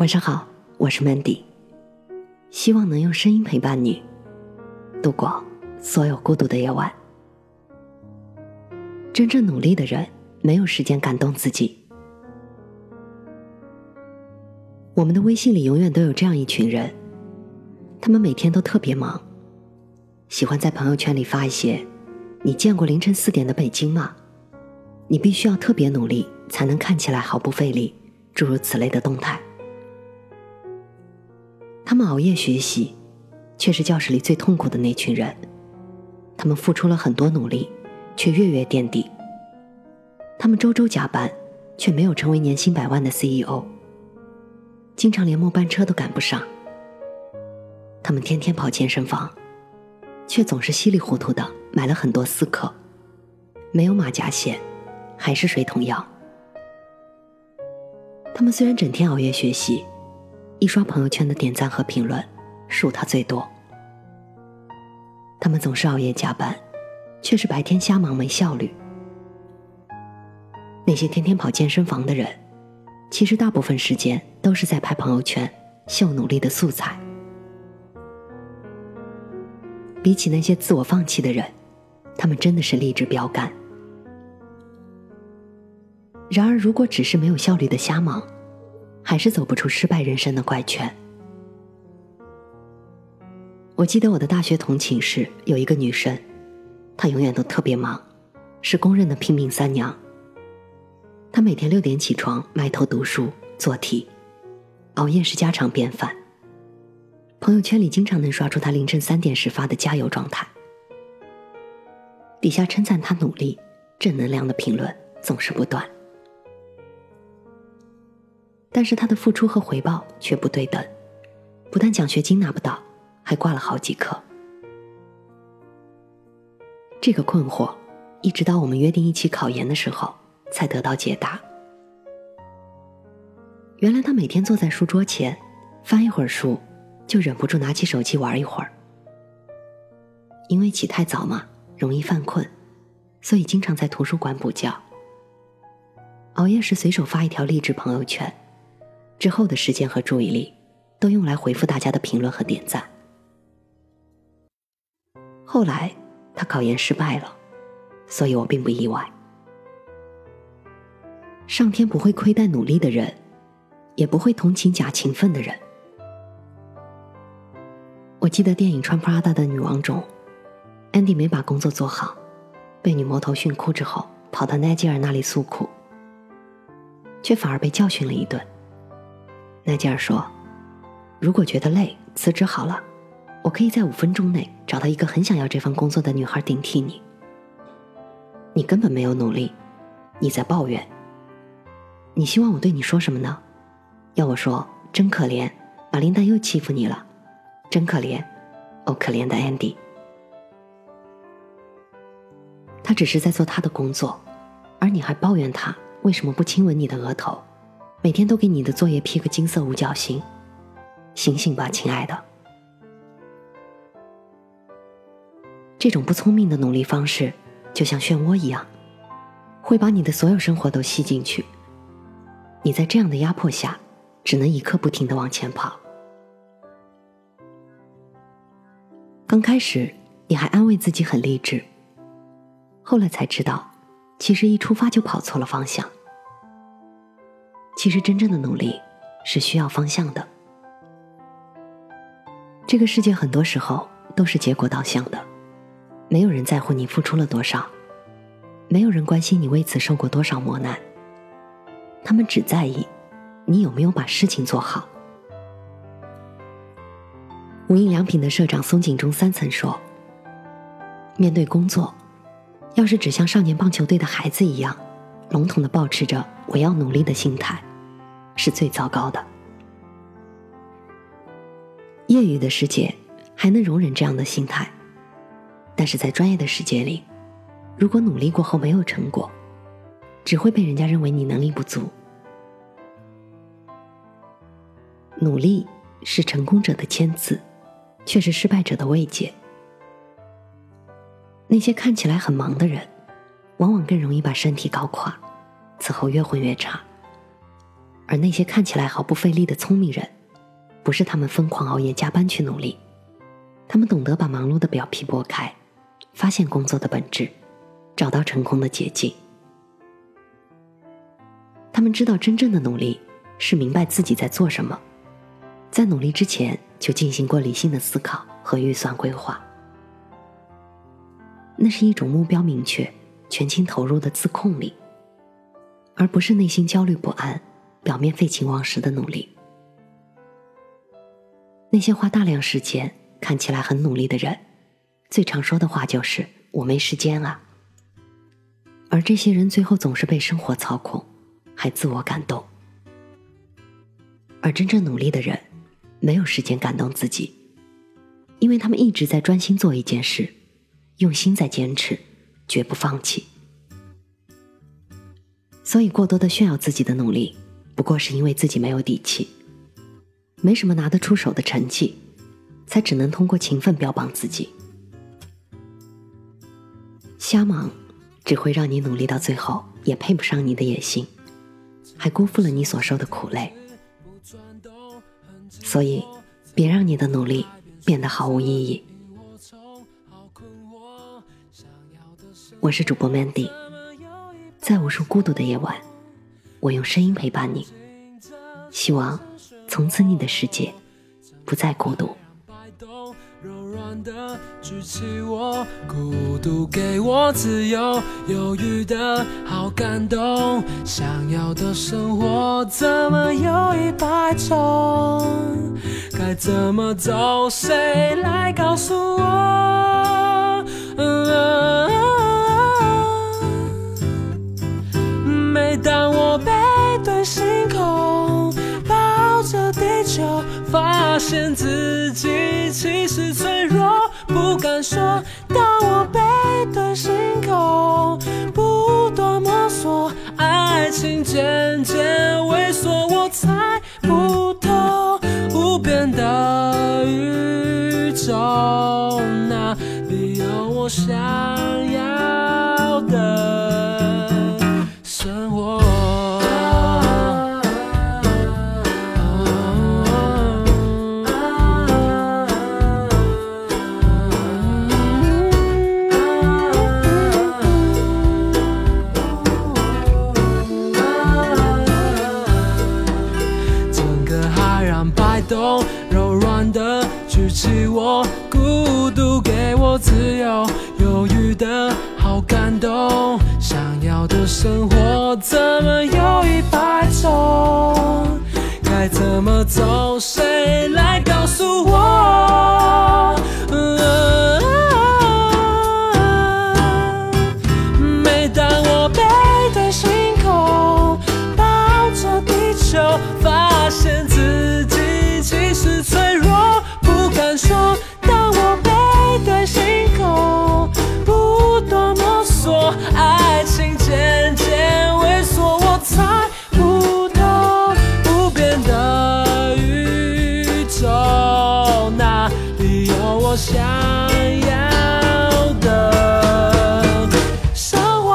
晚上好，我是 Mandy， 希望能用声音陪伴你度过所有孤独的夜晚。真正努力的人没有时间感动自己。我们的微信里永远都有这样一群人，他们每天都特别忙，喜欢在朋友圈里发一些你见过凌晨4点的北京吗？你必须要特别努力才能看起来毫不费力，诸如此类的动态。他们熬夜学习，却是教室里最痛苦的那群人。他们付出了很多努力，却月月垫底。他们周周加班，却没有成为年薪100万的 CEO。经常连末班车都赶不上。他们天天跑健身房，却总是稀里糊涂的买了很多私课，没有马甲线，还是水桶腰。他们虽然整天熬夜学习，一刷朋友圈的点赞和评论数他最多。他们总是熬夜加班，却是白天瞎忙没效率。那些天天跑健身房的人，其实大部分时间都是在拍朋友圈秀努力的素材。比起那些自我放弃的人，他们真的是励志标杆。然而如果只是没有效率的瞎忙，还是走不出失败人生的怪圈。我记得我的大学同寝室有一个女生，她永远都特别忙，是公认的拼命三娘。她每天6点起床，埋头读书做题，熬夜是家常便饭。朋友圈里经常能刷出她凌晨3点时发的加油状态，底下称赞她努力正能量的评论总是不断。但是他的付出和回报却不对等，不但奖学金拿不到，还挂了好几科。这个困惑一直到我们约定一起考研的时候才得到解答。原来他每天坐在书桌前翻一会儿书，就忍不住拿起手机玩一会儿。因为起太早嘛，容易犯困，所以经常在图书馆补觉。熬夜时随手发一条励志朋友圈，之后的时间和注意力都用来回复大家的评论和点赞。后来他考研失败了，所以我并不意外。上天不会亏待努力的人，也不会同情假勤奋的人。我记得电影《穿 Prada 的女王》中，安迪没把工作做好，被女魔头训哭之后跑到奈吉尔那里诉苦，却反而被教训了一顿。奈吉尔说，如果觉得累，辞职好了，我可以在5分钟内找到一个很想要这份工作的女孩顶替你。你根本没有努力，你在抱怨。你希望我对你说什么呢？要我说，真可怜，玛琳达又欺负你了，真可怜，哦可怜的安迪。他只是在做他的工作，而你还抱怨他为什么不亲吻你的额头，每天都给你的作业披个金色五角星。醒醒吧，亲爱的。这种不聪明的努力方式就像漩涡一样，会把你的所有生活都吸进去。你在这样的压迫下，只能一刻不停地往前跑。刚开始你还安慰自己很励志，后来才知道，其实一出发就跑错了方向。其实真正的努力是需要方向的。这个世界很多时候都是结果导向的，没有人在乎你付出了多少，没有人关心你为此受过多少磨难，他们只在意你有没有把事情做好。无印良品的社长松井中三曾说，面对工作，要是只像少年棒球队的孩子一样笼统地抱持着我要努力的心态，是最糟糕的。业余的世界还能容忍这样的心态，但是在专业的世界里，如果努力过后没有成果，只会被人家认为你能力不足。努力是成功者的签字，却是失败者的慰藉。那些看起来很忙的人，往往更容易把身体搞垮，此后越混越差。 而那些看起来毫不费力的聪明人，不是他们疯狂熬夜加班去努力，他们懂得把忙碌的表皮剥开，发现工作的本质，找到成功的捷径。他们知道真正的努力是明白自己在做什么，在努力之前就进行过理性的思考和预算规划。那是一种目标明确、全情投入的自控力，而不是内心焦虑不安、表面废寝忘食的努力。那些花大量时间看起来很努力的人，最常说的话就是我没时间啊。而这些人最后总是被生活操控，还自我感动。而真正努力的人没有时间感动自己，因为他们一直在专心做一件事，用心在坚持，绝不放弃。所以过多的炫耀自己的努力，不过是因为自己没有底气，没什么拿得出手的成绩，才只能通过勤奋标榜自己。瞎忙只会让你努力到最后也配不上你的野心，还辜负了你所受的苦累。所以别让你的努力变得毫无意义。我是主播 Mandy， 在无数孤独的夜晚，我用声音陪伴你，希望从此你的世界不再孤独。 柔软的举起我，孤独给我自由，犹豫的好感动，想要的生活怎么有100种，该怎么走，谁来告诉我？每当我背对星空，抱着地球，发现自己其实脆弱，不敢说。当我背对星空，不断摸索，爱情渐渐萎缩，我猜不透无边的宇宙，哪里有我想要的生活？柔软的举起我，孤独给我自由，犹豫的好感动，想要的生活怎么有100种，该怎么走，谁来告诉我？每当我背对星空，抱着地球，发现自己其实脆弱，不敢说。当我背对星空，不断摸索，爱情渐渐萎缩，我猜不透无边的宇宙，哪里有我想要的生活？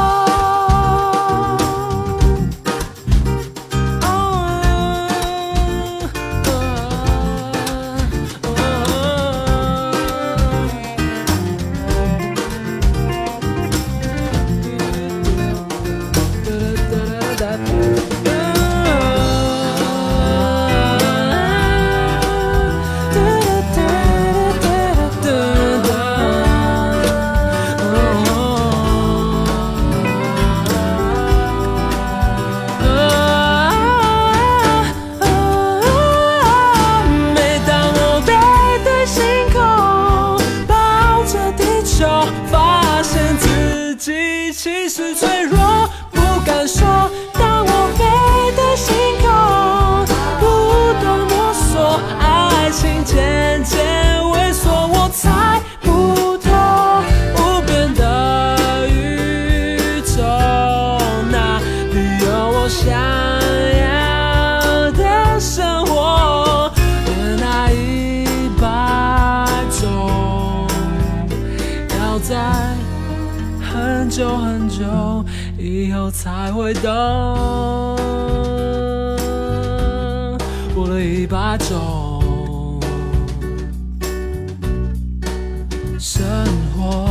其实脆弱，不敢说。当我背对星空，不断摸索，爱情渐渐萎缩，我猜不透无边的宇宙，哪里有我想要的生活？那100种，要在很久很久以后才会懂。 过了100种生活。